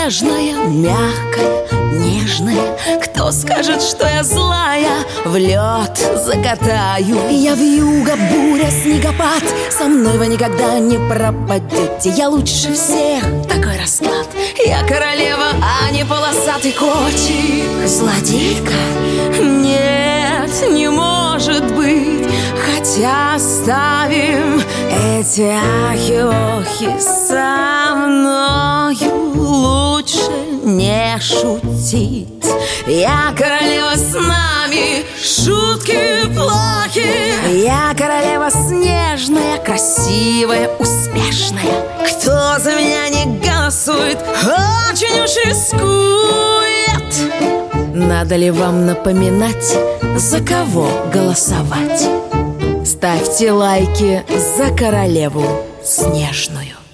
снежная, мягкая, нежная. Кто скажет, что я злая, в лед закатаю. Я вьюга, буря, снегопад, со мной вы никогда не пропадете. Я лучше всех, такой расклад. Я королева, а не полосатый котик. Злодейка? Нет, не может быть. Хотя оставим эти ахи-охи, со мною лучше не шутить. Я королева, с нами шутки плохи. Я королева снежная, красивая, успешная. Кто за меня не голосует, очень уж рискует. Надо ли вам напоминать, за кого голосовать? Ставьте лайки за королеву снежную.